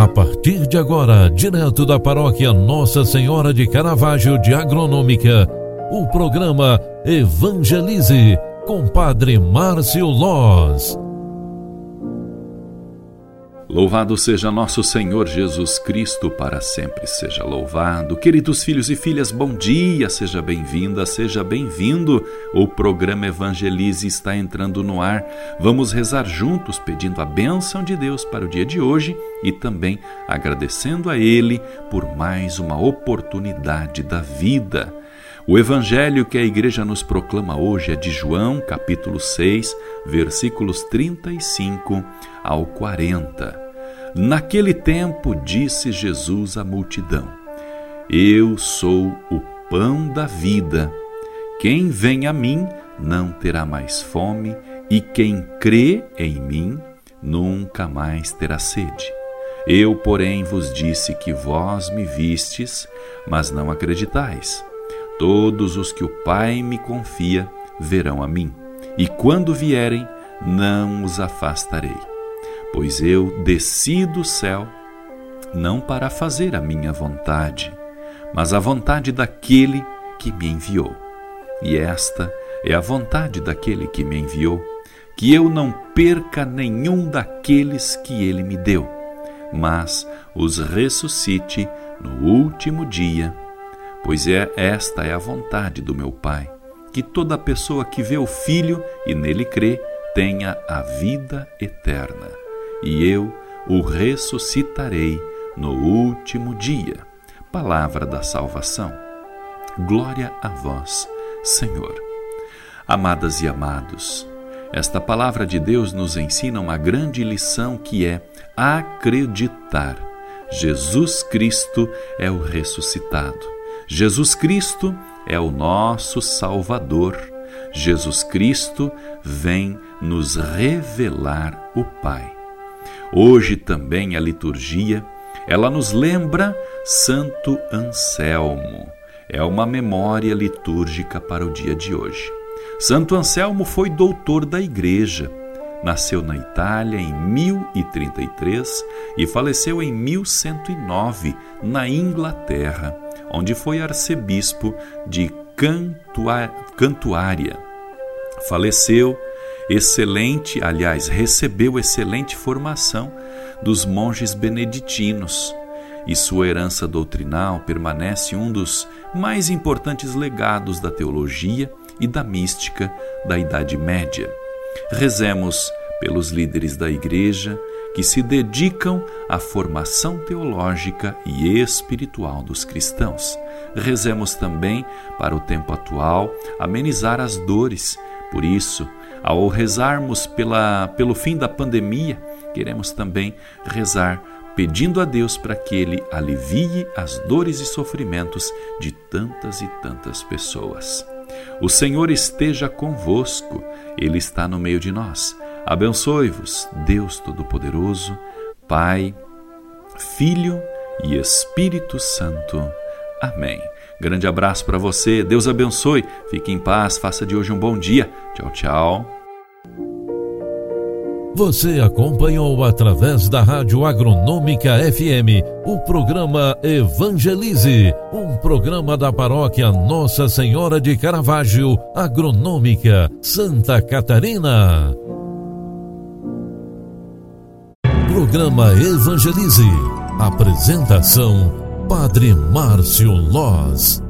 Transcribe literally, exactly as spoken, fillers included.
A partir de agora, direto da paróquia Nossa Senhora de Caravaggio de Agronômica, o programa Evangelize com Padre Márcio Loz. Louvado seja nosso Senhor Jesus Cristo, para sempre seja louvado. Queridos filhos e filhas, bom dia, seja bem-vinda, seja bem-vindo. O programa Evangelize está entrando no ar. Vamos rezar juntos, pedindo a bênção de Deus para o dia de hoje e também agradecendo a Ele por mais uma oportunidade da vida. O evangelho que a igreja nos proclama hoje é de João, capítulo seis, versículos trinta e cinco ao quarenta. Naquele tempo disse Jesus à multidão: Eu sou o pão da vida. Quem vem a mim não terá mais fome, e quem crê em mim nunca mais terá sede. Eu, porém, vos disse que vós me vistes, mas não acreditais. Todos os que o Pai me confia verão a mim, e quando vierem, não os afastarei. Pois eu desci do céu, não para fazer a minha vontade, mas a vontade daquele que me enviou. E esta é a vontade daquele que me enviou, que eu não perca nenhum daqueles que ele me deu, mas os ressuscite no último dia. Pois é, esta é a vontade do meu Pai, que toda pessoa que vê o Filho e nele crê tenha a vida eterna, e eu o ressuscitarei no último dia. Palavra da salvação. Glória a vós, Senhor. Amadas e amados, esta palavra de Deus nos ensina uma grande lição, que é acreditar. Jesus Cristo é o ressuscitado. Jesus Cristo é o nosso Salvador. Jesus Cristo vem nos revelar o Pai. Hoje também a liturgia, ela nos lembra Santo Anselmo. É uma memória litúrgica para o dia de hoje. Santo Anselmo foi doutor da Igreja. Nasceu na Itália em mil e trinta e três e faleceu em mil cento e nove, na Inglaterra, onde foi arcebispo de Cantuária. Faleceu excelente, aliás, recebeu excelente formação dos monges beneditinos, e sua herança doutrinal permanece um dos mais importantes legados da teologia e da mística da Idade Média. Rezemos pelos líderes da Igreja que se dedicam à formação teológica e espiritual dos cristãos. Rezemos também para o tempo atual amenizar as dores. Por isso, ao rezarmos pela, pelo fim da pandemia, queremos também rezar pedindo a Deus para que Ele alivie as dores e sofrimentos de tantas e tantas pessoas. O Senhor esteja convosco, Ele está no meio de nós. Abençoe-vos, Deus Todo-Poderoso, Pai, Filho e Espírito Santo. Amém. Grande abraço para você, Deus abençoe, fique em paz, faça de hoje um bom dia. Tchau, tchau. Você acompanhou através da Rádio Agronômica F M o programa Evangelize, um programa da paróquia Nossa Senhora de Caravaggio, Agronômica, Santa Catarina. Programa Evangelize. Apresentação: Padre Márcio Loz.